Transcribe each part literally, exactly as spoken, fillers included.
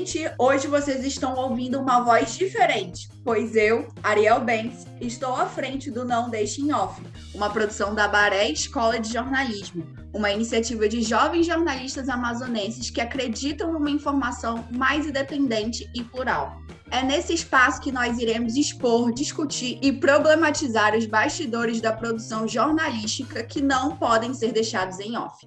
Gente, hoje vocês estão ouvindo uma voz diferente, pois eu, Ariel Benz, estou à frente do Não Deixem Off, uma produção da Baré Escola de Jornalismo, uma iniciativa de jovens jornalistas amazonenses que acreditam numa informação mais independente e plural. É nesse espaço que nós iremos expor, discutir e problematizar os bastidores da produção jornalística que não podem ser deixados em off.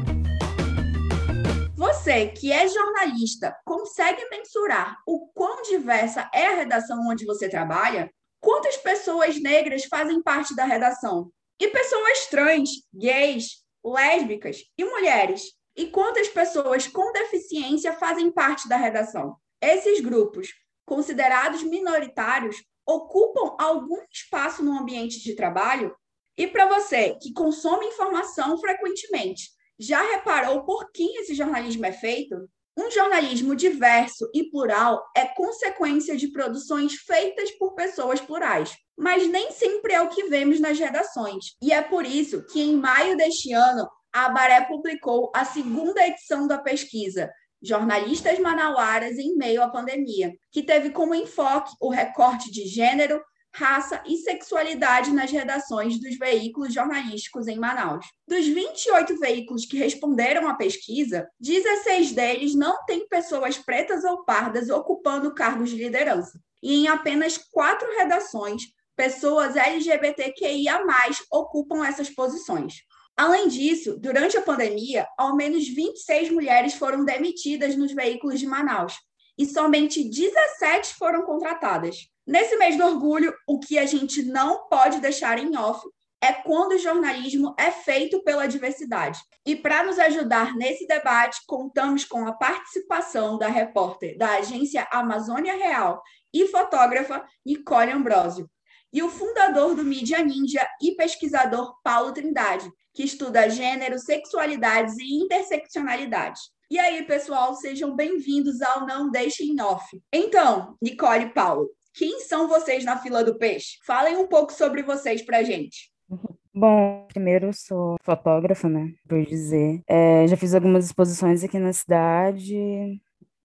Você, que é jornalista, consegue mensurar o quão diversa é a redação onde você trabalha? Quantas pessoas negras fazem parte da redação? E pessoas trans, gays, lésbicas e mulheres? E quantas pessoas com deficiência fazem parte da redação? Esses grupos, considerados minoritários, ocupam algum espaço no ambiente de trabalho? E para você, que consome informação frequentemente, já reparou por quem esse jornalismo é feito? Um jornalismo diverso e plural é consequência de produções feitas por pessoas plurais, mas nem sempre é o que vemos nas redações. E é por isso que, em maio deste ano, a Abaré publicou a segunda edição da pesquisa Jornalistas Manauaras em Meio à Pandemia, que teve como enfoque o recorte de gênero, raça e sexualidade nas redações dos veículos jornalísticos em Manaus. Dos vinte e oito veículos que responderam à pesquisa, dezesseis deles não têm pessoas pretas ou pardas ocupando cargos de liderança. E em apenas quatro redações, pessoas L G B T Q I A mais, ocupam essas posições. Além disso, durante a pandemia, ao menos vinte e seis mulheres foram demitidas nos veículos de Manaus e somente dezessete foram contratadas. Nesse mês do orgulho, o que a gente não pode deixar em off é quando o jornalismo é feito pela diversidade. E para nos ajudar nesse debate, contamos com a participação da repórter da agência Amazônia Real e fotógrafa Nicole Ambrosio, e o fundador do Mídia Ninja e pesquisador Paulo Trindade, que estuda gênero, sexualidades e interseccionalidade. E aí, pessoal, sejam bem-vindos ao Não Deixem Off. Então, Nicole e Paulo, quem são vocês na fila do peixe? Falem um pouco sobre vocês pra gente. Bom, primeiro eu sou fotógrafa, né, por dizer. É, já fiz algumas exposições aqui na cidade.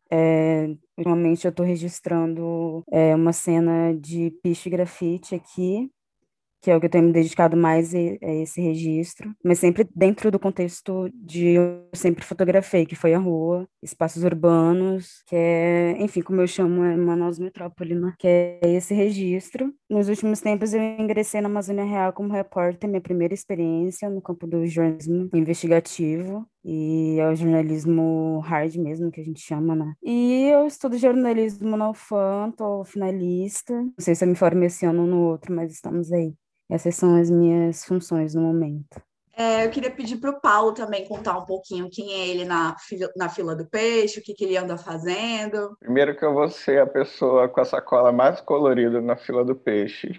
É, ultimamente eu estou registrando é, uma cena de piche e grafite aqui, que é o que eu tenho me dedicado mais e- a esse registro, mas sempre dentro do contexto de eu sempre fotografei, que foi a rua, espaços urbanos, que é, enfim, como eu chamo, é Manaus Metrópole, né? Que é esse registro. Nos últimos tempos eu ingressei na Amazônia Real como repórter, minha primeira experiência no campo do jornalismo investigativo. E é o jornalismo hard mesmo, que a gente chama, né? E eu estudo jornalismo na U F A M, tô finalista. Não sei se eu me formei esse ano ou no outro, mas estamos aí. Essas são as minhas funções no momento. É, eu queria pedir para o Paulo também contar um pouquinho quem é ele na fila, na fila do peixe, o que, que ele anda fazendo. Primeiro que eu vou ser a pessoa com a sacola mais colorida na fila do peixe.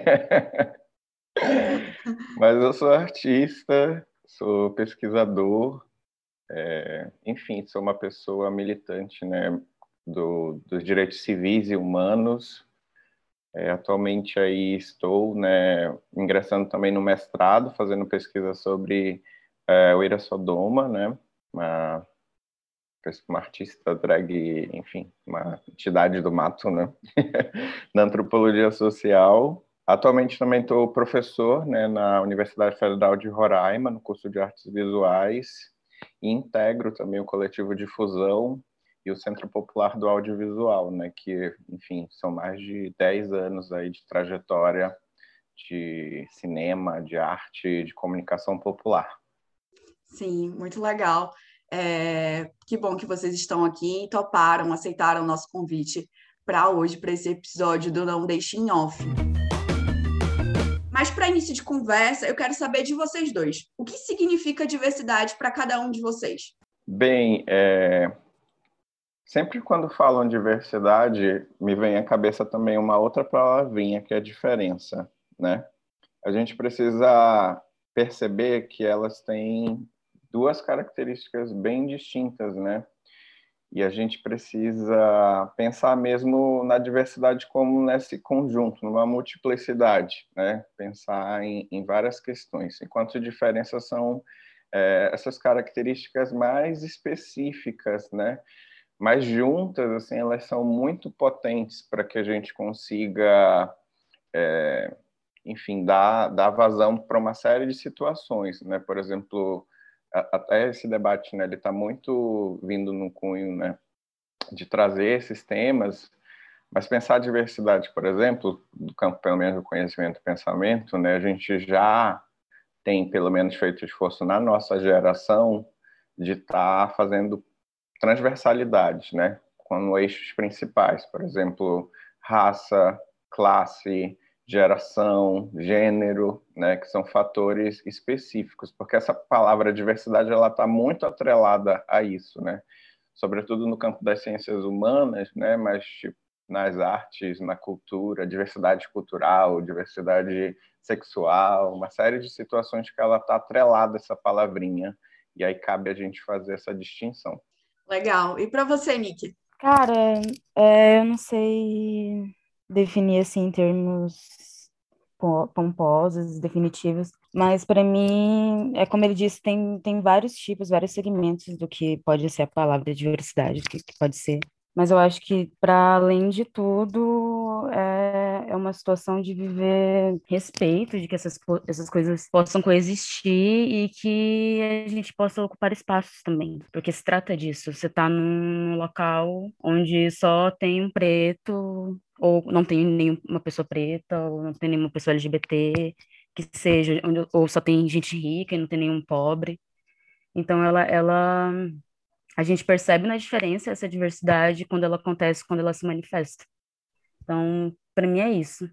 Mas eu sou artista, sou pesquisador, é, enfim, sou uma pessoa militante, né, do, dos direitos civis e humanos. É, atualmente aí estou, né, ingressando também no mestrado, fazendo pesquisa sobre é, o Ira Sodoma, né, uma, uma artista drag, enfim, uma entidade do mato, né, na antropologia social. Atualmente também estou professor, né, na Universidade Federal de Roraima, no curso de Artes Visuais, e integro também o coletivo Difusão e o Centro Popular do Audiovisual, né, que, enfim, são mais de dez anos aí de trajetória de cinema, de arte, de comunicação popular. Sim, muito legal. É, que bom que vocês estão aqui e toparam, aceitaram o nosso convite para hoje, para esse episódio do Não Deixem Off. Mas para início de conversa, eu quero saber de vocês dois. O que significa diversidade para cada um de vocês? Bem, é... sempre quando falam diversidade, me vem à cabeça também uma outra palavrinha, que é diferença, né? A gente precisa perceber que elas têm duas características bem distintas, né? E a gente precisa pensar mesmo na diversidade como nesse conjunto, numa multiplicidade, né? Pensar em, em várias questões, enquanto diferenças são é, essas características mais específicas, né? mas juntas, assim, elas são muito potentes para que a gente consiga, é, enfim, dar, dar vazão para uma série de situações, né? Por exemplo, a, até esse debate, né, ele está muito vindo no cunho, né, de trazer esses temas, mas pensar a diversidade, por exemplo, do campo, pelo menos, do conhecimento e pensamento, né, a gente já tem, pelo menos, feito esforço na nossa geração de estar tá fazendo transversalidade, né, como eixos principais, por exemplo, raça, classe, geração, gênero, né, que são fatores específicos, porque essa palavra diversidade ela está muito atrelada a isso, né, sobretudo no campo das ciências humanas, né, mas tipo, nas artes, na cultura, diversidade cultural, diversidade sexual, uma série de situações que ela está atrelada a essa palavrinha, e aí cabe a gente fazer essa distinção. Legal. E para você, Nick? Cara, é, eu não sei definir assim em termos po- pomposos, definitivos, mas para mim, é como ele disse, tem, tem vários tipos, vários segmentos do que pode ser a palavra diversidade, que, que pode ser. Mas eu acho que, para além de tudo, é, é uma situação de viver respeito, de que essas, po- essas coisas possam coexistir e que a gente possa ocupar espaços também. Porque se trata disso, você está num local onde só tem um preto, ou não tem nenhuma pessoa preta, ou não tem nenhuma pessoa L G B T, que seja, onde- ou só tem gente rica e não tem nenhum pobre. Então, ela, ela a gente percebe na diferença essa diversidade quando ela acontece, quando ela se manifesta. Então, para mim é isso.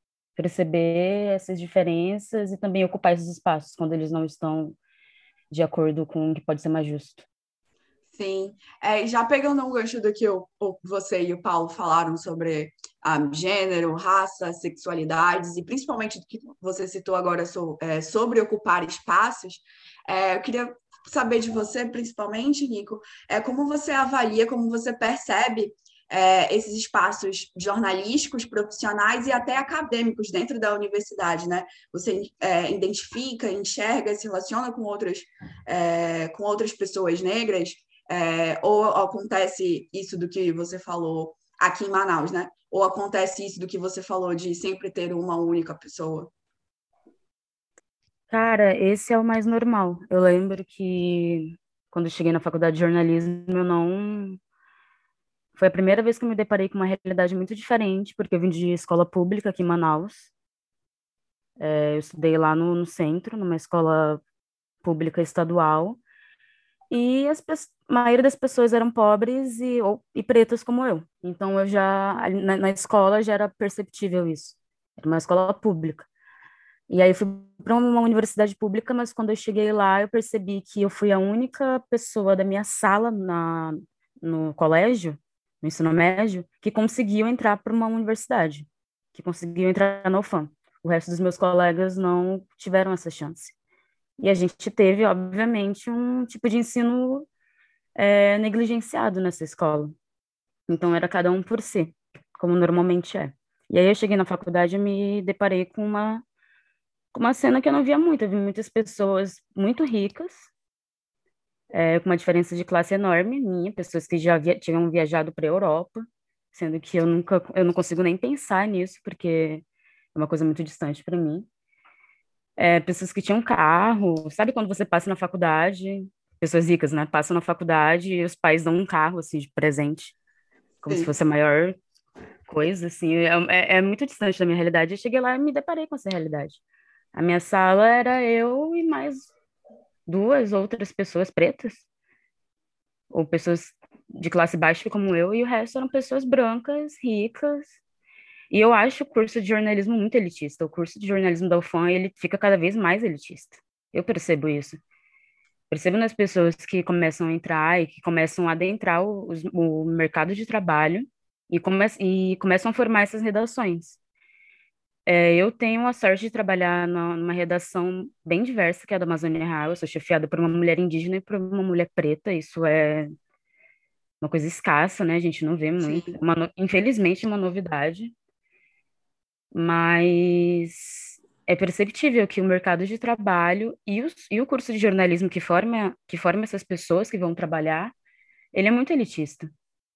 Perceber essas diferenças e também ocupar esses espaços quando eles não estão de acordo com o que pode ser mais justo. Sim, é, já pegando um gancho do que o, o- você e o Paulo falaram sobre ah, gênero, raça, sexualidades, e principalmente do que você citou agora so- é, sobre ocupar espaços, é, eu queria saber de você, principalmente, Nico, é, como você avalia, como você percebe é, esses espaços jornalísticos, profissionais e até acadêmicos dentro da universidade, né? Você é, identifica, enxerga, se relaciona com outras, é, com outras pessoas negras, é, ou acontece isso do que você falou aqui em Manaus, né? Ou acontece isso do que você falou de sempre ter uma única pessoa? Cara, esse é o mais normal. Eu lembro que quando eu cheguei na faculdade de jornalismo, eu não. Foi a primeira vez que eu me deparei com uma realidade muito diferente, porque eu vim de escola pública aqui em Manaus. É, eu estudei lá no, no centro, numa escola pública estadual. E as, pe- a maioria das pessoas eram pobres e, ou, e pretas como eu. Então, eu já, ali na, na escola já era perceptível isso. Era uma escola pública. E aí, eu fui para uma universidade pública, mas quando eu cheguei lá, eu percebi que eu fui a única pessoa da minha sala na, no colégio, no ensino médio, que conseguiu entrar para uma universidade, que conseguiu entrar na U F A M. O resto dos meus colegas não tiveram essa chance. E a gente teve, obviamente, um tipo de ensino é, negligenciado nessa escola. Então era cada um por si, como normalmente é. E aí eu cheguei na faculdade e me deparei com uma, com uma cena que eu não via muito. Eu vi muitas pessoas muito ricas, é, com uma diferença de classe enorme minha, pessoas que já via, tinham viajado para a Europa, sendo que eu nunca, eu não consigo nem pensar nisso, porque é uma coisa muito distante para mim. É, pessoas que tinham carro, sabe quando você passa na faculdade, pessoas ricas, né, passam na faculdade e os pais dão um carro, assim, de presente, como se Sim. fosse a maior coisa, assim, é, é, é muito distante da minha realidade. Eu cheguei lá e me deparei com essa realidade. A minha sala era eu e mais duas outras pessoas pretas, ou pessoas de classe baixa como eu, e o resto eram pessoas brancas, ricas. E eu acho o curso de jornalismo muito elitista. O curso de jornalismo da U F A M, ele fica cada vez mais elitista. Eu percebo isso. Percebo nas pessoas que começam a entrar e que começam a adentrar o, os- o mercado de trabalho e, come, e começam a formar essas redações. É, eu tenho a sorte de trabalhar na- numa redação bem diversa, que é a da Amazônia Real. Eu sou chefiada por uma mulher indígena e por uma mulher preta. Isso é uma coisa escassa, né? A gente não vê muito. Sim. Uma no- infelizmente, é uma novidade. Mas é perceptível que o mercado de trabalho e, os, e o curso de jornalismo que forma, que forma essas pessoas que vão trabalhar, ele é muito elitista.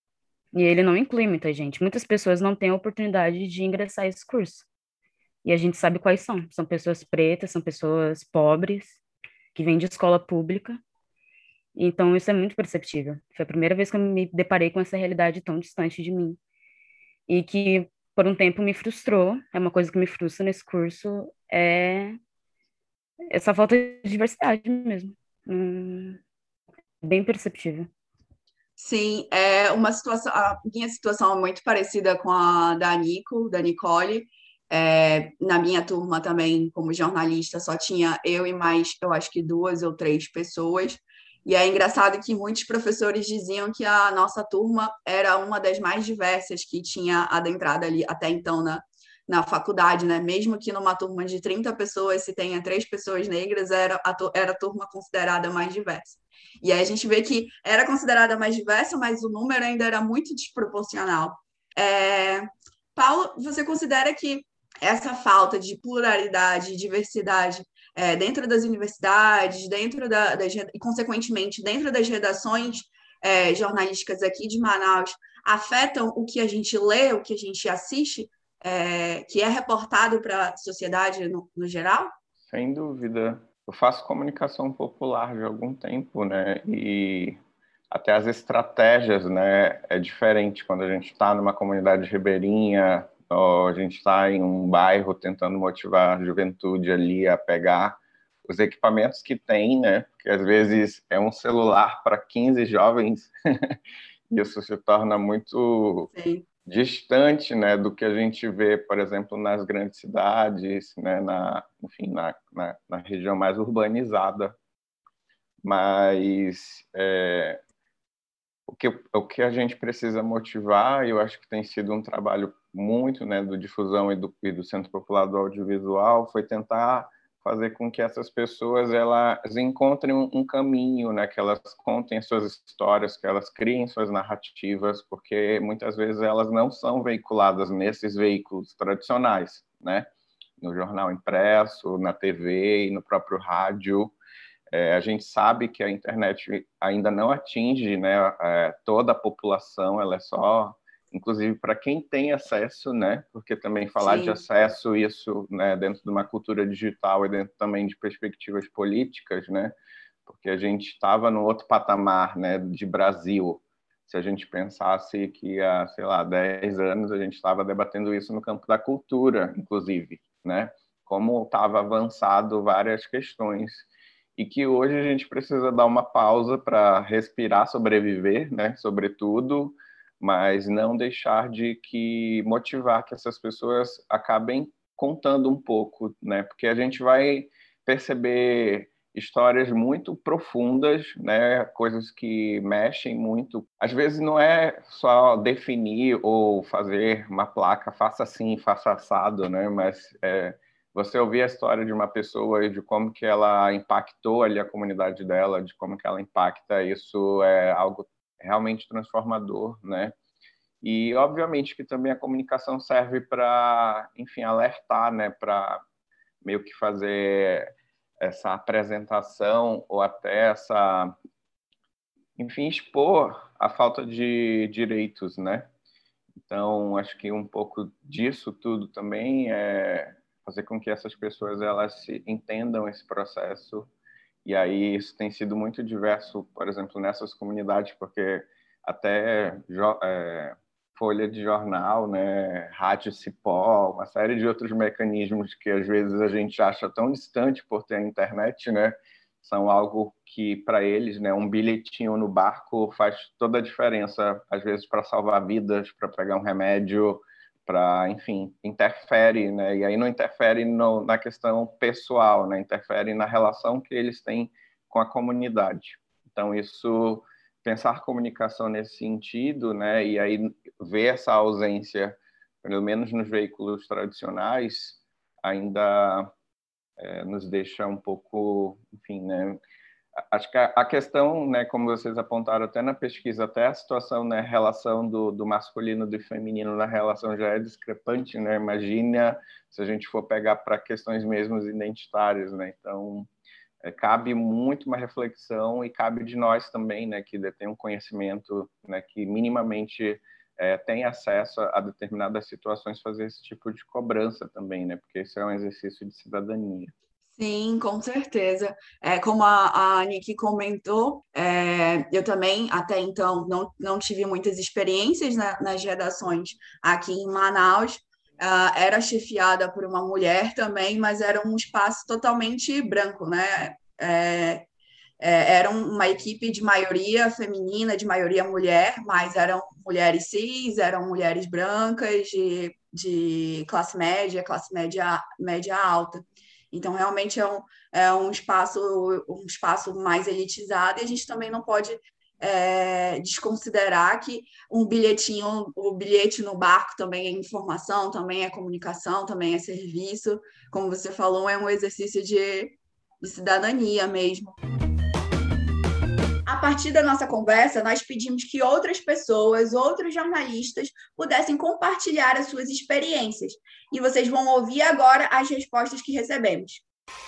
E ele não inclui muita gente. Muitas pessoas não têm a oportunidade de ingressar a esse curso. E a gente sabe quais são. São pessoas pretas, são pessoas pobres, que vêm de escola pública. Então, isso é muito perceptível. Foi a primeira vez que eu me deparei com essa realidade tão distante de mim. E que, por um tempo, me frustrou. É uma coisa que me frustra nesse curso, é essa falta de diversidade mesmo. Hum, bem perceptível. Sim, é uma situação, a minha situação é muito parecida com a da Nico, da Nicole. É, na minha turma também, como jornalista, só tinha eu e mais, eu acho que duas ou três pessoas. E é engraçado que muitos professores diziam que a nossa turma era uma das mais diversas que tinha adentrado ali até então na, na faculdade, né? Mesmo que numa turma de trinta pessoas, se tenha três pessoas negras, era a, era a turma considerada mais diversa. E aí a gente vê que era considerada mais diversa, mas o número ainda era muito desproporcional. É... Paulo, você considera que essa falta de pluralidade e diversidade é, dentro das universidades, dentro da, das, e, consequentemente, dentro das redações é, jornalísticas aqui de Manaus, afetam o que a gente lê, o que a gente assiste, é, que é reportado para a sociedade no, no geral? Sem dúvida. Eu faço comunicação popular de algum tempo, né? E até as estratégias, né? É diferente quando a gente está numa comunidade ribeirinha, ou a gente está em um bairro tentando motivar a juventude ali a pegar os equipamentos que tem, né? Porque às vezes é um celular para quinze jovens, e isso se torna muito Sim. distante, né, do que a gente vê, por exemplo, nas grandes cidades, né, na, enfim, na, na, na região mais urbanizada. Mas é, o que, o que a gente precisa motivar, e eu acho que tem sido um trabalho muito, né, do Difusão e do, e do Centro Popular do Audiovisual, foi tentar fazer com que essas pessoas elas encontrem um, um caminho, né, que elas contem suas histórias, que elas criem suas narrativas, porque muitas vezes elas não são veiculadas nesses veículos tradicionais, né, no jornal impresso, na T V e no próprio rádio. É, a gente sabe que a internet ainda não atinge, né, é, toda a população, ela é só, inclusive para quem tem acesso, né, porque também falar de Sim. acesso, isso, né, dentro de uma cultura digital e dentro também de perspectivas políticas, né, porque a gente estava no outro patamar, né, de Brasil. Se a gente pensasse que há, sei lá, dez anos a gente estava debatendo isso no campo da cultura, inclusive, né, como estava avançado várias questões e que hoje a gente precisa dar uma pausa para respirar, sobreviver, né, sobretudo, mas não deixar de que motivar que essas pessoas acabem contando um pouco, né, porque a gente vai perceber histórias muito profundas, né, coisas que mexem muito. Às vezes não é só definir ou fazer uma placa, faça assim, faça assado, né, mas é, você ouvir a história de uma pessoa e de como que ela impactou ali a comunidade dela, de como que ela impacta, isso é algo realmente transformador, né? E obviamente que também a comunicação serve para, enfim, alertar, né? Para meio que fazer essa apresentação ou até essa, enfim, expor a falta de direitos, né? Então, acho que um pouco disso tudo também é fazer com que essas pessoas elas se entendam esse processo. E aí isso tem sido muito diverso, por exemplo, nessas comunidades, porque até é, folha de jornal, né, rádio cipó, uma série de outros mecanismos que às vezes a gente acha tão distante por ter a internet, né, são algo que para eles, né, um bilhetinho no barco faz toda a diferença, às vezes para salvar vidas, para pegar um remédio, para, enfim, interfere, né? E aí não interfere no, na questão pessoal, né? Interfere na relação que eles têm com a comunidade. Então, isso, pensar comunicação nesse sentido, né? E aí ver essa ausência, pelo menos nos veículos tradicionais, ainda é, nos deixa um pouco, enfim, né? Acho que a questão, né, como vocês apontaram até na pesquisa, até a situação, né, relação do, do masculino e do feminino na relação já é discrepante, né? Imagina se a gente for pegar para questões mesmo identitárias, né? Então, é, cabe muito uma reflexão e cabe de nós também, né, que detém um conhecimento, né, que minimamente é, tem acesso a, a determinadas situações, fazer esse tipo de cobrança também, né? Porque isso é um exercício de cidadania. Sim, com certeza. É, como a, a Nick comentou, é, eu também, até então, não, não tive muitas experiências na- nas redações aqui em Manaus. Ah, era chefiada por uma mulher também, mas era um espaço totalmente branco, né? É, é, era uma equipe de maioria feminina, de maioria mulher, mas eram mulheres cis, eram mulheres brancas, de, de classe média, classe média, média alta. Então, realmente é um, é um espaço, um espaço mais elitizado, e a gente também não pode é, desconsiderar que um bilhetinho, o bilhete no barco também é informação, também é comunicação, também é serviço. Como você falou, é um exercício de, de cidadania mesmo. A partir da nossa conversa, nós pedimos que outras pessoas, outros jornalistas, pudessem compartilhar as suas experiências. E vocês vão ouvir agora as respostas que recebemos.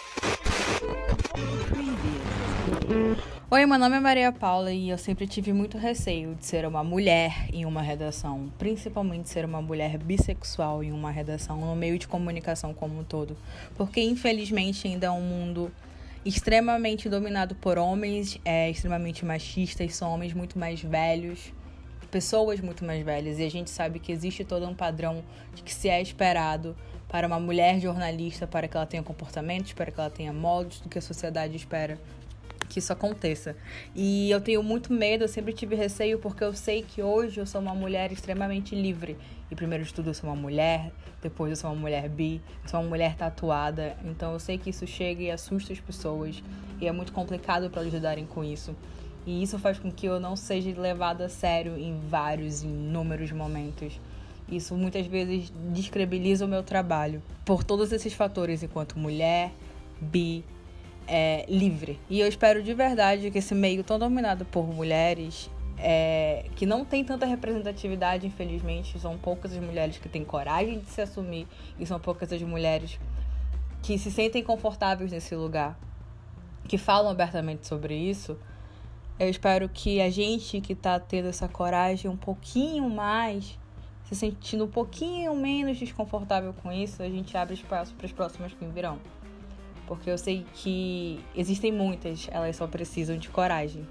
Oi, meu nome é Maria Paula e eu sempre tive muito receio de ser uma mulher em uma redação, principalmente ser uma mulher bissexual em uma redação, no meio de comunicação como um todo, porque infelizmente ainda é um mundo extremamente dominado por homens, é extremamente machistas, são homens muito mais velhos, pessoas muito mais velhas, e a gente sabe que existe todo um padrão de que se é esperado para uma mulher jornalista, para que ela tenha comportamentos, para que ela tenha modos do que a sociedade espera que isso aconteça. E eu tenho muito medo, eu sempre tive receio, porque eu sei que hoje eu sou uma mulher extremamente livre. E primeiro de tudo eu sou uma mulher, depois eu sou uma mulher bi, eu sou uma mulher tatuada. Então eu sei que isso chega e assusta as pessoas. E é muito complicado para eles lidarem com isso. E isso faz com que eu não seja levada a sério em vários, inúmeros momentos. Isso muitas vezes descredibiliza o meu trabalho. Por todos esses fatores, enquanto mulher, bi, É, livre. E eu espero de verdade que esse meio tão dominado por mulheres, é, que não tem tanta representatividade, infelizmente, são poucas as mulheres que têm coragem de se assumir, e são poucas as mulheres que se sentem confortáveis nesse lugar, que falam abertamente sobre isso. Eu espero que a gente que tá tendo essa coragem um pouquinho mais, se sentindo um pouquinho menos desconfortável com isso, a gente abre espaço para as próximas que virão. Porque eu sei que existem muitas, elas só precisam de coragem.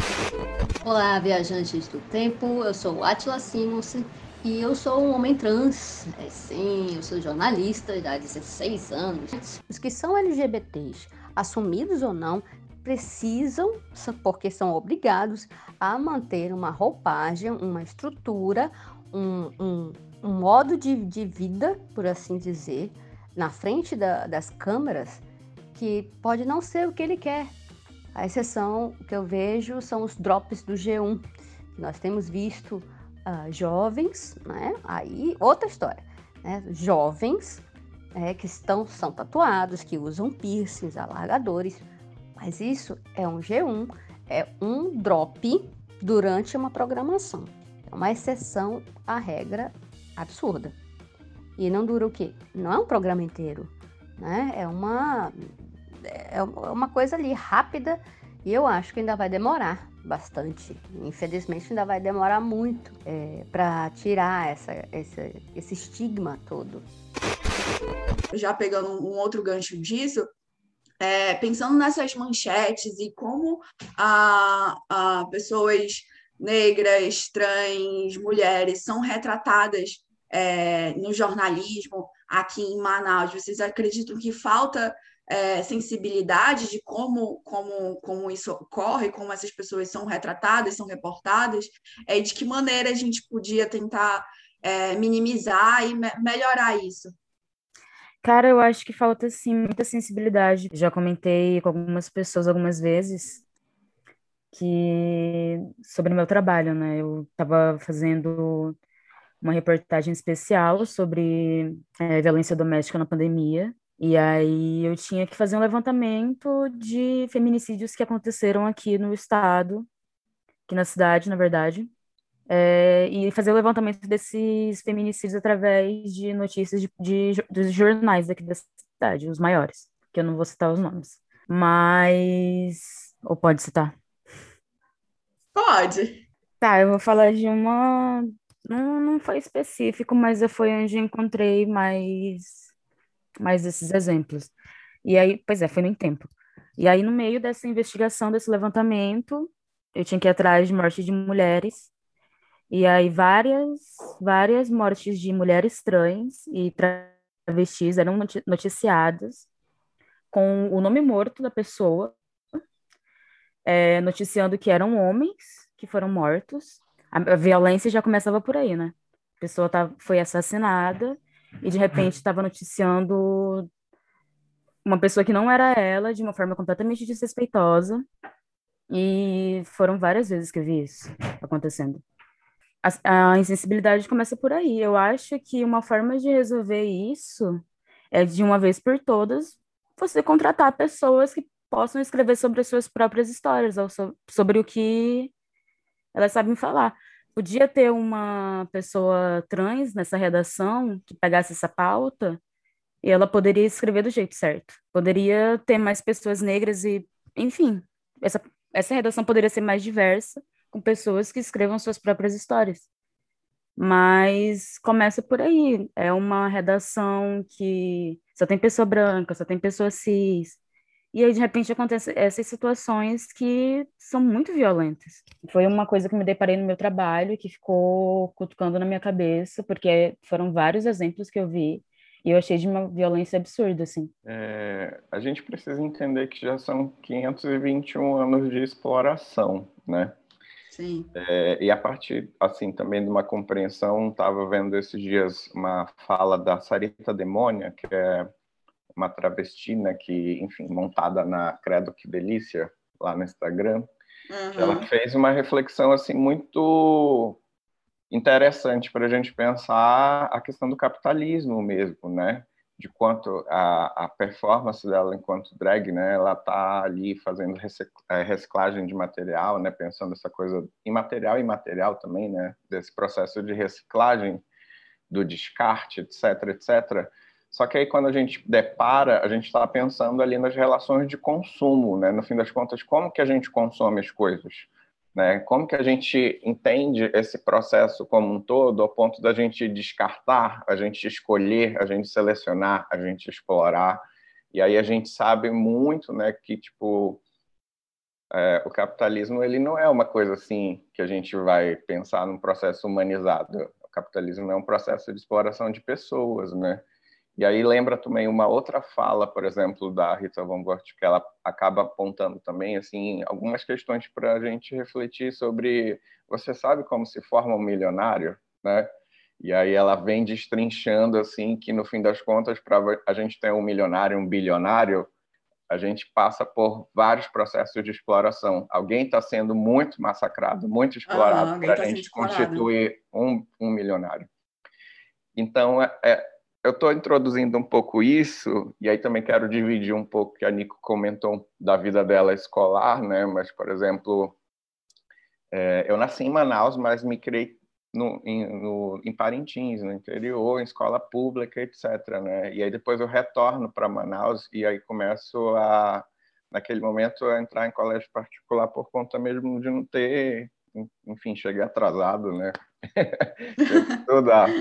Olá, viajantes do tempo, eu sou Atila Simons e eu sou um homem trans. É, sim, eu sou jornalista já há dezesseis anos. Os que são L G B Ts, assumidos ou não, precisam, porque são obrigados a manter uma roupagem, uma estrutura, um, um, um modo de, de vida, por assim dizer, na frente da, das câmeras, que pode não ser o que ele quer. A exceção que eu vejo são os drops do G um. Nós temos visto uh, jovens, né? Aí outra história, né? Jovens é, que estão, são tatuados, que usam piercings, alargadores, mas isso é um G um, é um drop durante uma programação. É uma exceção à regra absurda. E não dura o quê? Não é um programa inteiro, né? É uma... é uma coisa ali rápida, e eu acho que ainda vai demorar bastante. Infelizmente ainda vai demorar muito é, para tirar essa, essa, esse estigma todo. Já pegando um outro gancho disso, é, pensando nessas manchetes e como a, a pessoas negras, trans, mulheres são retratadas é, no jornalismo aqui em Manaus, vocês acreditam que falta é, sensibilidade de como, como, como isso ocorre, como essas pessoas são retratadas, são reportadas, é, de que maneira a gente podia tentar é, minimizar e me melhorar isso? Cara, eu acho que falta, sim, muita sensibilidade. Já comentei com algumas pessoas algumas vezes que sobre o meu trabalho, né? Eu estava fazendo uma reportagem especial sobre é, violência doméstica na pandemia. E aí eu tinha que fazer um levantamento de feminicídios que aconteceram aqui no estado, aqui na cidade, na verdade. É, e fazer o levantamento desses feminicídios através de notícias de, de, dos jornais aqui da cidade, os maiores, que eu não vou citar os nomes. Mas. Ou pode citar? Pode. Tá, eu vou falar de uma Não, não foi específico, mas foi onde eu encontrei mais, mais esses exemplos. E aí, pois é, foi no tempo. E aí, no meio dessa investigação, desse levantamento, eu tinha que ir atrás de morte de mulheres. E aí, várias, várias mortes de mulheres trans e travestis eram noti- noticiadas com o nome morto da pessoa, é, noticiando que eram homens que foram mortos. A, a violência já começava por aí, né? A pessoa tá, foi assassinada e, de repente, estava noticiando uma pessoa que não era ela, de uma forma completamente desrespeitosa. E foram várias vezes que eu vi isso acontecendo. A, a insensibilidade começa por aí. Eu acho que uma forma de resolver isso é, de uma vez por todas, você contratar pessoas que possam escrever sobre as suas próprias histórias, ou so- sobre o que elas sabem falar. Podia ter uma pessoa trans nessa redação que pegasse essa pauta e ela poderia escrever do jeito certo. Poderia ter mais pessoas negras e, enfim, essa, essa redação poderia ser mais diversa, com pessoas que escrevam suas próprias histórias. Mas começa por aí. É uma redação que só tem pessoa branca, só tem pessoa cis. E aí, de repente, acontecem essas situações que são muito violentas. Foi uma coisa que me deparei no meu trabalho, que ficou cutucando na minha cabeça, porque foram vários exemplos que eu vi, e eu achei de uma violência absurda, assim. É, a gente precisa entender que já são quinhentos e vinte e um anos de exploração, né? Sim. É, e a partir, assim, também de uma compreensão, estava vendo esses dias uma fala da Sarita Demônia, que é uma travesti, né, que, enfim, montada na Credo Que Delícia, lá no Instagram, que ela Uhum. fez uma reflexão, assim, muito interessante para a gente pensar a questão do capitalismo mesmo, né? De quanto a, a performance dela enquanto drag, né? Ela tá ali fazendo reciclagem de material, né? Pensando essa coisa imaterial e imaterial também, né? Desse processo de reciclagem, do descarte, etc, etcétera. Só que aí quando a gente depara, a gente está pensando ali nas relações de consumo, né? No fim das contas, como que a gente consome as coisas? Né? Como que a gente entende esse processo como um todo, ao ponto da gente descartar, a gente escolher, a gente selecionar, a gente explorar. E aí a gente sabe muito, né, que tipo é, o capitalismo ele não é uma coisa assim que a gente vai pensar num processo humanizado. O capitalismo é um processo de exploração de pessoas, né? E aí lembra também uma outra fala, por exemplo, da Rita Von Gort, que ela acaba apontando também assim algumas questões para a gente refletir sobre. Você sabe como se forma um milionário, né? E aí ela vem destrinchando assim que no fim das contas, para a gente ter um milionário, um bilionário, a gente passa por vários processos de exploração. Alguém está sendo muito massacrado, muito Aham, explorado alguém para a está sendo gente explorado. constituir um, um milionário. Então, é, é, eu estou introduzindo um pouco isso, e aí também quero dividir um pouco que a Nico comentou da vida dela escolar, né? Mas, por exemplo, é, eu nasci em Manaus, mas me criei no, em, no, em Parintins, no interior, em escola pública, etcétera, né? E aí depois eu retorno para Manaus e aí começo a, naquele momento, a entrar em colégio particular por conta mesmo de não ter, enfim, cheguei atrasado, né? Tinha que estudar.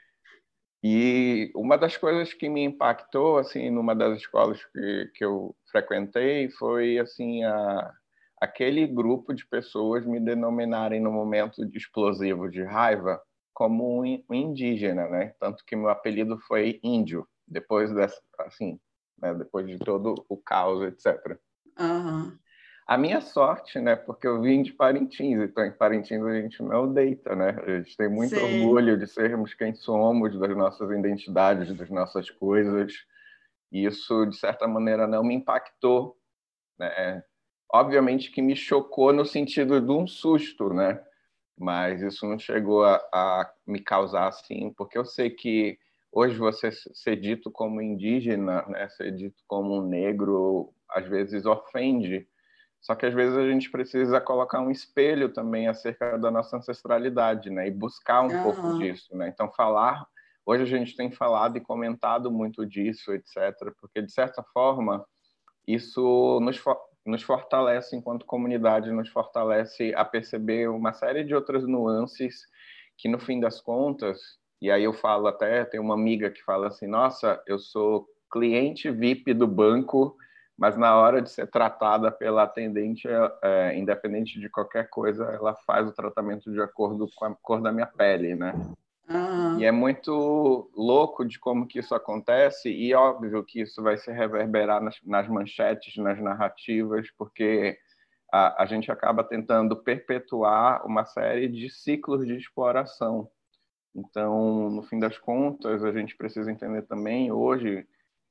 E uma das coisas que me impactou, assim, numa das escolas que, que eu frequentei foi, assim, a, aquele grupo de pessoas me denominarem no momento de explosivo de raiva como um, um indígena, né? Tanto que meu apelido foi Índio, depois dessa, assim, né? Depois de todo o caos, etcétera. Aham. A minha sorte, né? Porque eu vim de Parintins, então em Parintins a gente não deita, né? A gente tem muito Sim. orgulho de sermos quem somos, das nossas identidades, das nossas coisas. E isso, de certa maneira, não me impactou, né? Obviamente que me chocou no sentido de um susto, né? Mas isso não chegou a, a me causar assim, porque eu sei que hoje você ser dito como indígena, né? Ser dito como um negro, às vezes ofende. Só que às vezes a gente precisa colocar um espelho também acerca da nossa ancestralidade, né? E buscar um pouco Aham. disso, né? Então falar, hoje a gente tem falado e comentado muito disso, etcétera, porque de certa forma isso nos, nos fortalece enquanto comunidade, nos fortalece a perceber uma série de outras nuances que no fim das contas, e aí eu falo até, tem uma amiga que fala assim, nossa, eu sou cliente V I P do banco, mas na hora de ser tratada pela atendente, é, independente de qualquer coisa, ela faz o tratamento de acordo com a cor da minha pele, né? Uhum. E é muito louco de como que isso acontece, e óbvio que isso vai se reverberar nas, nas manchetes, nas narrativas, porque a, a gente acaba tentando perpetuar uma série de ciclos de exploração. Então, no fim das contas, a gente precisa entender também hoje.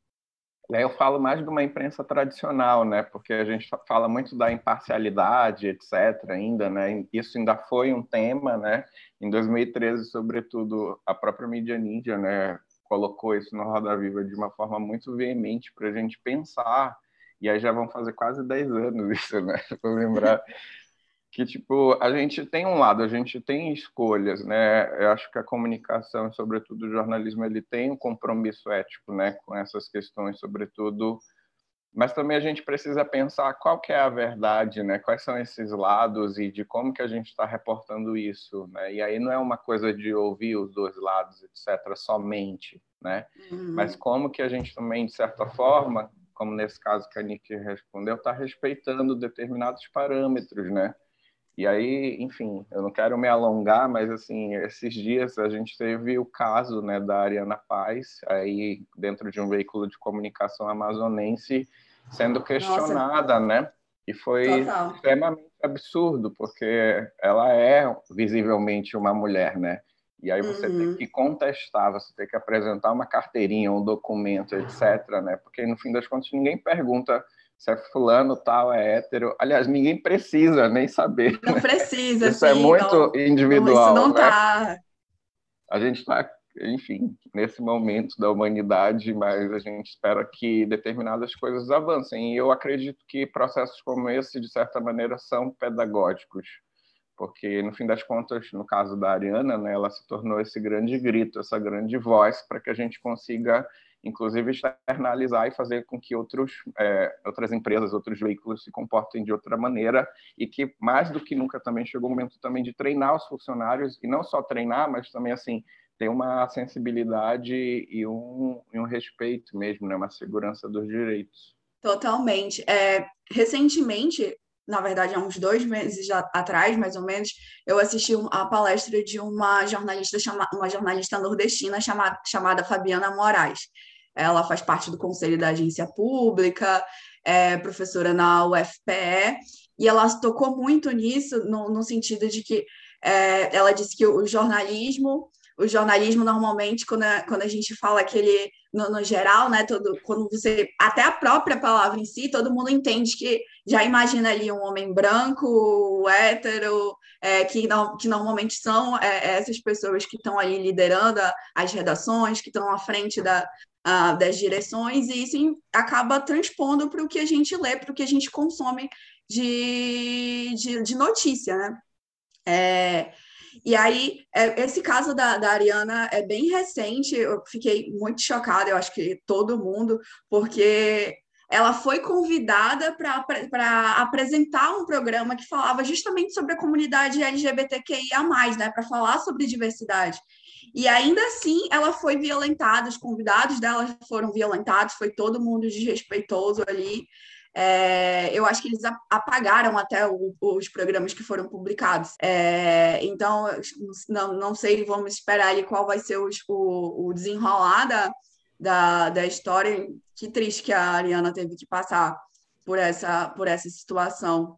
E aí eu falo mais de uma imprensa tradicional, né? Porque a gente fala muito da imparcialidade, etcétera ainda, né? Isso ainda foi um tema, né? Em dois mil e treze, sobretudo, a própria mídia ninja, né, colocou isso no Roda Viva de uma forma muito veemente para a gente pensar. E aí já vão fazer quase dez anos isso, né? Vou lembrar que, tipo, a gente tem um lado, a gente tem escolhas, né? Eu acho que a comunicação, sobretudo o jornalismo, ele tem um compromisso ético, né, com essas questões, sobretudo, mas também a gente precisa pensar qual que é a verdade, né? Quais são esses lados e de como que a gente está reportando isso, né? E aí não é uma coisa de ouvir os dois lados, etcétera, somente, né? Uhum. Mas como que a gente também, de certa forma, como nesse caso que a Nick respondeu, está respeitando determinados parâmetros, né? E aí, enfim, eu não quero me alongar, mas assim, esses dias a gente teve o caso, né, da Ariana Paz, aí dentro de um veículo de comunicação amazonense, sendo Nossa, questionada, né? E foi total. extremamente absurdo, porque ela é visivelmente uma mulher, né? E aí você tem Uhum. que contestar, você tem que apresentar uma carteirinha, um documento, etcétera, né? Porque no fim das contas ninguém pergunta se é fulano tal, é hétero. Aliás, ninguém precisa nem saber. Não precisa, Isso é sim, muito não, não, isso individual, não né? tá. A gente está, enfim, nesse momento da humanidade, mas a gente espera que determinadas coisas avancem. E eu acredito que processos como esse, de certa maneira, são pedagógicos, porque, no fim das contas, no caso da Ariana, né, ela se tornou esse grande grito, essa grande voz, para que a gente consiga, inclusive, externalizar e fazer com que outros, é, outras empresas, outros veículos se comportem de outra maneira, e que, mais do que nunca, também chegou o momento também de treinar os funcionários, e não só treinar, mas também, assim, ter uma sensibilidade e um, e um respeito mesmo, né, uma segurança dos direitos. Totalmente. É, recentemente, na verdade, há uns dois meses já, atrás, mais ou menos, eu assisti um- a palestra de uma jornalista, chama, uma jornalista nordestina chamada, chamada Fabiana Moraes. Ela faz parte do Conselho da Agência Pública, é professora na U F P E, e ela tocou muito nisso, no, no sentido de que é, ela disse que o jornalismo, o jornalismo normalmente, quando a, quando a gente fala que ele no, no geral, né? Todo, quando você. Até a própria palavra em si, todo mundo entende que já imagina ali um homem branco, hétero, é, que, não, que normalmente são é, essas pessoas que estão ali liderando a, as redações, que estão à frente da, a, das direções, e isso acaba transpondo para o que a gente lê, para o que a gente consome de, de, de notícia, né? É, e aí, é, esse caso da, da Ariana é bem recente, eu fiquei muito chocada, eu acho que todo mundo, porque ela foi convidada para apresentar um programa que falava justamente sobre a comunidade L G B T Q I A mais, né, para falar sobre diversidade. E ainda assim, ela foi violentada, os convidados dela foram violentados, foi todo mundo desrespeitoso ali. É, eu acho que eles apagaram até o, os programas que foram publicados. É, então, não, não sei, vamos esperar ali qual vai ser os, o, o desenrolar da, da, da história. Que triste que a Ariana teve que passar por essa, por essa situação.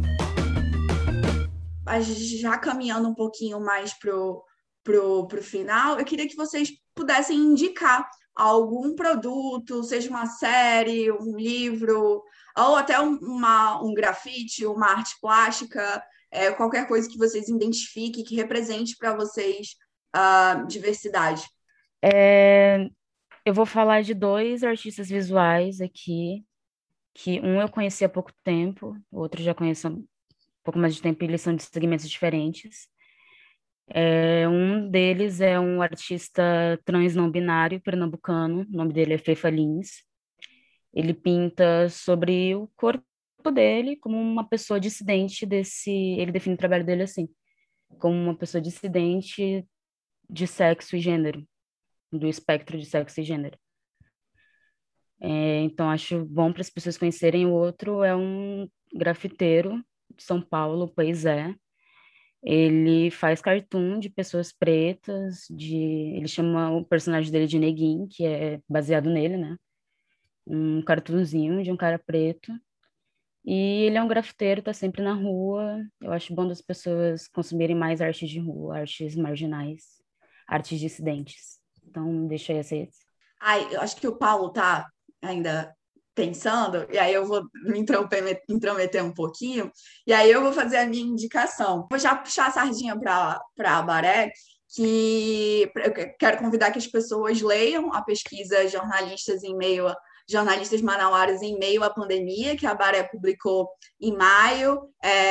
Mas já caminhando um pouquinho mais para o pro, pro final, eu queria que vocês pudessem indicar algum produto, seja uma série, um livro, ou até um, uma, um grafite, uma arte plástica, é, qualquer coisa que vocês identifiquem, que represente para vocês a diversidade. É, eu vou falar de dois artistas visuais aqui, que um eu conheci há pouco tempo, o outro já conheço há um pouco mais de tempo, e eles são de segmentos diferentes. É, um deles é um artista trans não binário, pernambucano, o nome dele é Fefa Lins. Ele pinta sobre o corpo dele como uma pessoa dissidente desse... Ele define o trabalho dele assim. como uma pessoa dissidente de sexo e gênero, do espectro de sexo e gênero. É, então, acho bom para as pessoas conhecerem. O outro é um grafiteiro de São Paulo, Pois é. Ele faz cartoon de pessoas pretas, de... ele chama o personagem dele de Neguinho, que é baseado nele, né? Um cartoonzinho de um cara preto. E ele é um grafiteiro, tá sempre na rua. Eu acho bom das pessoas consumirem mais artes de rua, artes marginais, artes dissidentes. Então, deixa aí essa. Ai, eu acho que o Paulo tá ainda pensando, e aí eu vou me intrometer, intrometer um pouquinho, e aí eu vou fazer a minha indicação. Vou já puxar a sardinha para a Baré, que eu quero convidar que as pessoas leiam a pesquisa Jornalistas em Meio a Jornalistas Manauaras em Meio à Pandemia, que a Baré publicou em maio.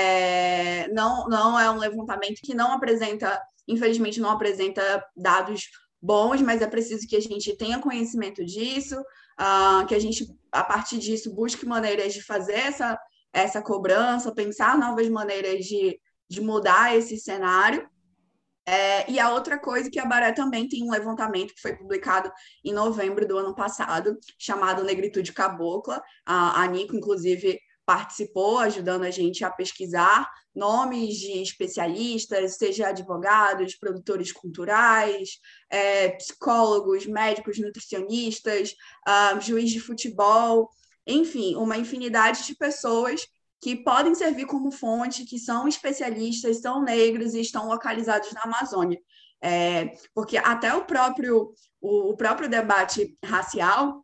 É, não, não é um levantamento que não apresenta, infelizmente, não apresenta dados bons, mas é preciso que a gente tenha conhecimento disso, uh, que a gente, a partir disso, busque maneiras de fazer essa, essa cobrança, pensar novas maneiras de, de mudar esse cenário. É, e a outra coisa que a Baré também tem um levantamento que foi publicado em novembro do ano passado, chamado Negritude Cabocla. A, a Nico, inclusive, participou, ajudando a gente a pesquisar nomes de especialistas, seja advogados, produtores culturais, é, psicólogos, médicos, nutricionistas, uh, juiz de futebol, enfim, uma infinidade de pessoas que podem servir como fonte, que são especialistas, são negros e estão localizados na Amazônia. É, porque até o próprio, o, o próprio debate racial,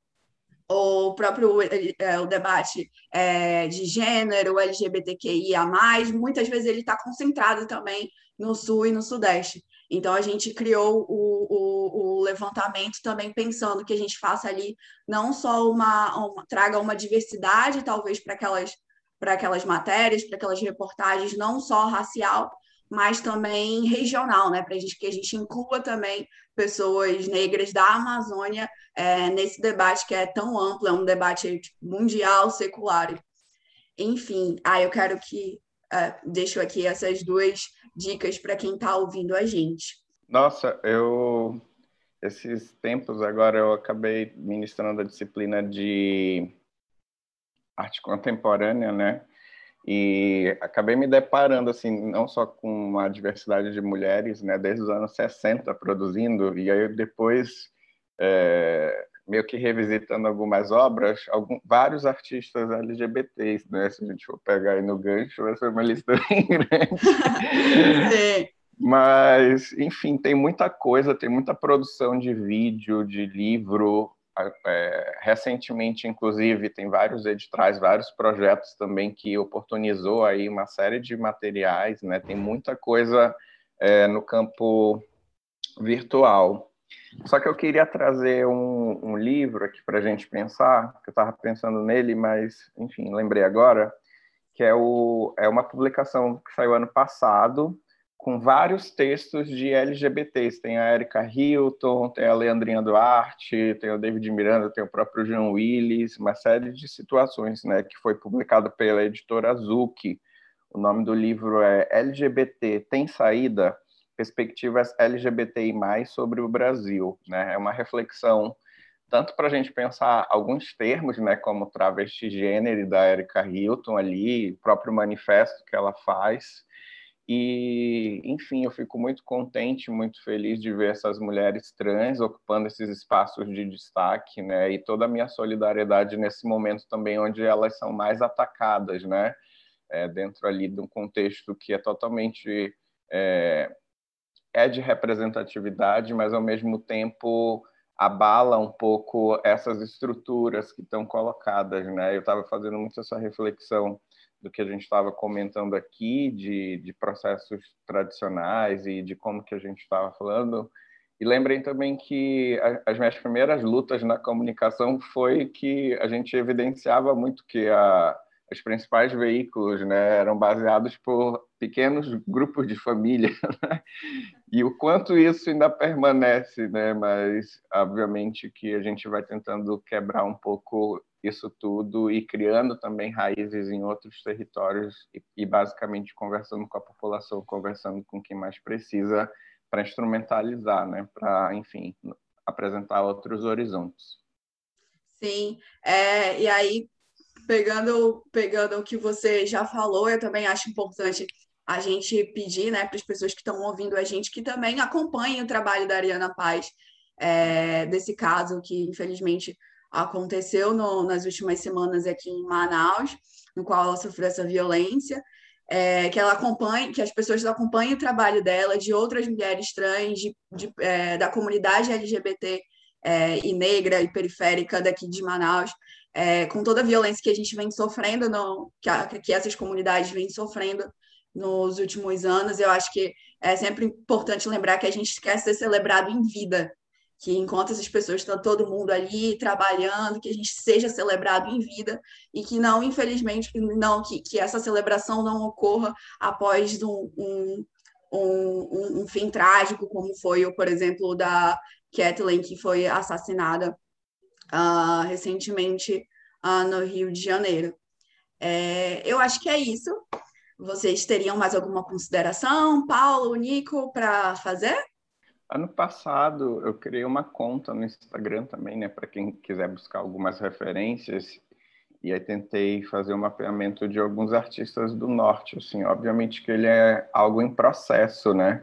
o próprio é, o debate é, de gênero, L G B T Q I A mais, muitas vezes ele está concentrado também no Sul e no Sudeste. Então, a gente criou o, o, o levantamento também pensando que a gente faça ali não só uma, uma traga uma diversidade, talvez, para aquelas para aquelas matérias, para aquelas reportagens, não só racial, mas também regional, né? Para a gente que a gente inclua também pessoas negras da Amazônia é, nesse debate que é tão amplo, é um debate mundial, secular. Enfim, ah, eu quero que uh, deixo aqui essas duas dicas para quem está ouvindo a gente. Nossa, eu esses tempos agora eu acabei ministrando a disciplina de arte contemporânea, né? E acabei me deparando, assim, não só com uma diversidade de mulheres, né, desde os anos sessenta produzindo, e aí depois, é, meio que revisitando algumas obras, algum, vários artistas L G B T s, né, se a gente for pegar aí no gancho, vai ser uma lista bem grande. Sim. Mas, enfim, tem muita coisa, tem muita produção de vídeo, de livro. É, recentemente, inclusive, tem vários editais, vários projetos também que oportunizou aí uma série de materiais, né? Tem muita coisa é, no campo virtual. Só que eu queria trazer um, um livro aqui para a gente pensar, que eu estava pensando nele, mas, enfim, lembrei agora, que é, o, é uma publicação que saiu ano passado, com vários textos de L G B T s. Tem a Erika Hilton, tem a Leandrinha Duarte, tem o David Miranda, tem o próprio João Willis, uma série de situações, né, que foi publicado pela editora Zucchi. O nome do livro é L G B T Tem Saída? Perspectivas L G B T I mais, sobre o Brasil. Né? É uma reflexão tanto para a gente pensar alguns termos, né, como travesti gênero da Erika Hilton ali, o próprio manifesto que ela faz. E, enfim, eu fico muito contente, muito feliz de ver essas mulheres trans ocupando esses espaços de destaque, né? E toda a minha solidariedade nesse momento também, onde elas são mais atacadas, né? É, dentro ali de um contexto que é totalmente é, é de representatividade, mas ao mesmo tempo abala um pouco essas estruturas que estão colocadas, né? Eu estava fazendo muito essa reflexão do que a gente estava comentando aqui, de, de processos tradicionais e de como que a gente estava falando. E lembrei também que as minhas primeiras lutas na comunicação foi que a gente evidenciava muito que a, os principais veículos, né, eram baseados por pequenos grupos de família, né? E o quanto isso ainda permanece, né? Mas, obviamente, que a gente vai tentando quebrar um pouco isso tudo e criando também raízes em outros territórios e, e basicamente conversando com a população, conversando com quem mais precisa para instrumentalizar, né? Para, enfim, apresentar outros horizontes. Sim, é, e aí, pegando, pegando o que você já falou, eu também acho importante a gente pedir, né, para as pessoas que estão ouvindo a gente que também acompanhem o trabalho da Ariana Paz, é, desse caso que, infelizmente, aconteceu no, nas últimas semanas aqui em Manaus, no qual ela sofreu essa violência, é, que ela acompanhe, que as pessoas acompanhem o trabalho dela, de outras mulheres trans, de, de, é, da comunidade L G B T é, e negra e periférica daqui de Manaus, é, com toda a violência que a gente vem sofrendo, no, que, a, que essas comunidades vêm sofrendo nos últimos anos. Eu acho que é sempre importante lembrar que a gente quer ser celebrado em vida, que enquanto essas pessoas estão todo mundo ali trabalhando, que a gente seja celebrado em vida e que não, infelizmente, não que, que essa celebração não ocorra após um, um, um, um fim trágico, como foi, por exemplo, o da Kathleen, que foi assassinada uh, recentemente uh, no Rio de Janeiro. É, eu acho que é isso. Vocês teriam mais alguma consideração, Paulo, Nico, para fazer? Ano passado, eu criei uma conta no Instagram também, né, para quem quiser buscar algumas referências, e aí tentei fazer um mapeamento de alguns artistas do Norte, assim, obviamente que ele é algo em processo, né,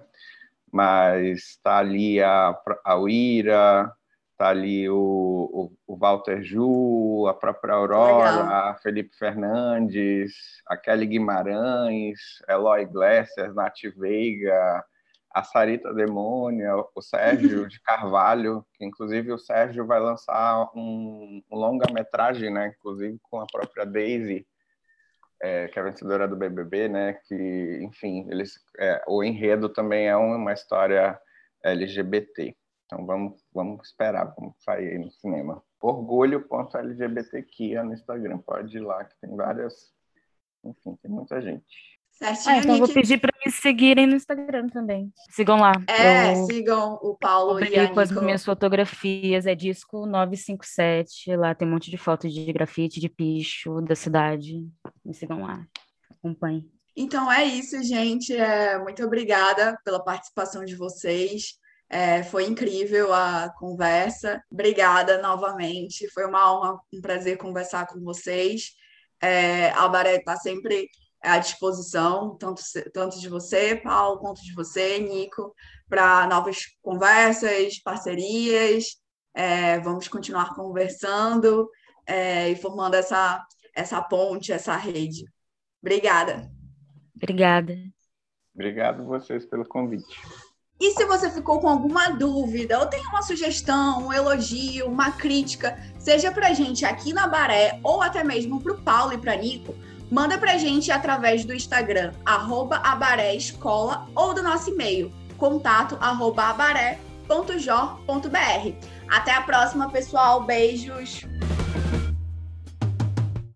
mas tá ali a, a Uira, tá ali o, o, o Walter Ju, a própria Aurora, Legal. a Felipe Fernandes, a Kelly Guimarães, Eloy Iglesias, Nath Veiga, a Sarita Demônia, o Sérgio de Carvalho, que inclusive o Sérgio vai lançar um, um longa-metragem, né, inclusive com a própria Daisy, é, que é a vencedora do B B B, né, que, enfim, eles, é, o enredo também é uma história L G B T. Então vamos, vamos esperar, vamos sair aí no cinema. orgulho ponto L G B T Q I A no Instagram, pode ir lá, que tem várias, enfim, tem muita gente. Certinho, Ah, então Nick. vou pedir para me seguirem no Instagram também. Sigam lá. É, Eu sigam o Paulo e a publico as Nico. minhas fotografias, é disco novecentos e cinquenta e sete. Lá tem um monte de fotos de grafite, de picho, da cidade. Me sigam lá. Acompanhem. Então é isso, gente. É, muito obrigada pela participação de vocês. É, foi incrível a conversa. Obrigada novamente. Foi uma honra, um prazer conversar com vocês. É, a Abaré está sempre à disposição, tanto, tanto de você, Paulo, quanto de você, Nico, para novas conversas, parcerias. É, vamos continuar conversando é, e formando essa, essa ponte, essa rede. Obrigada. Obrigada. Obrigado vocês pelo convite. E se você ficou com alguma dúvida, ou tem uma sugestão, um elogio, uma crítica, seja pra gente aqui na Baré, ou até mesmo pro Paulo e pra Nico, manda pra gente através do Instagram, arroba abaréescola, ou do nosso e-mail, contato arroba abaré ponto jor ponto br. Até a próxima, pessoal. Beijos!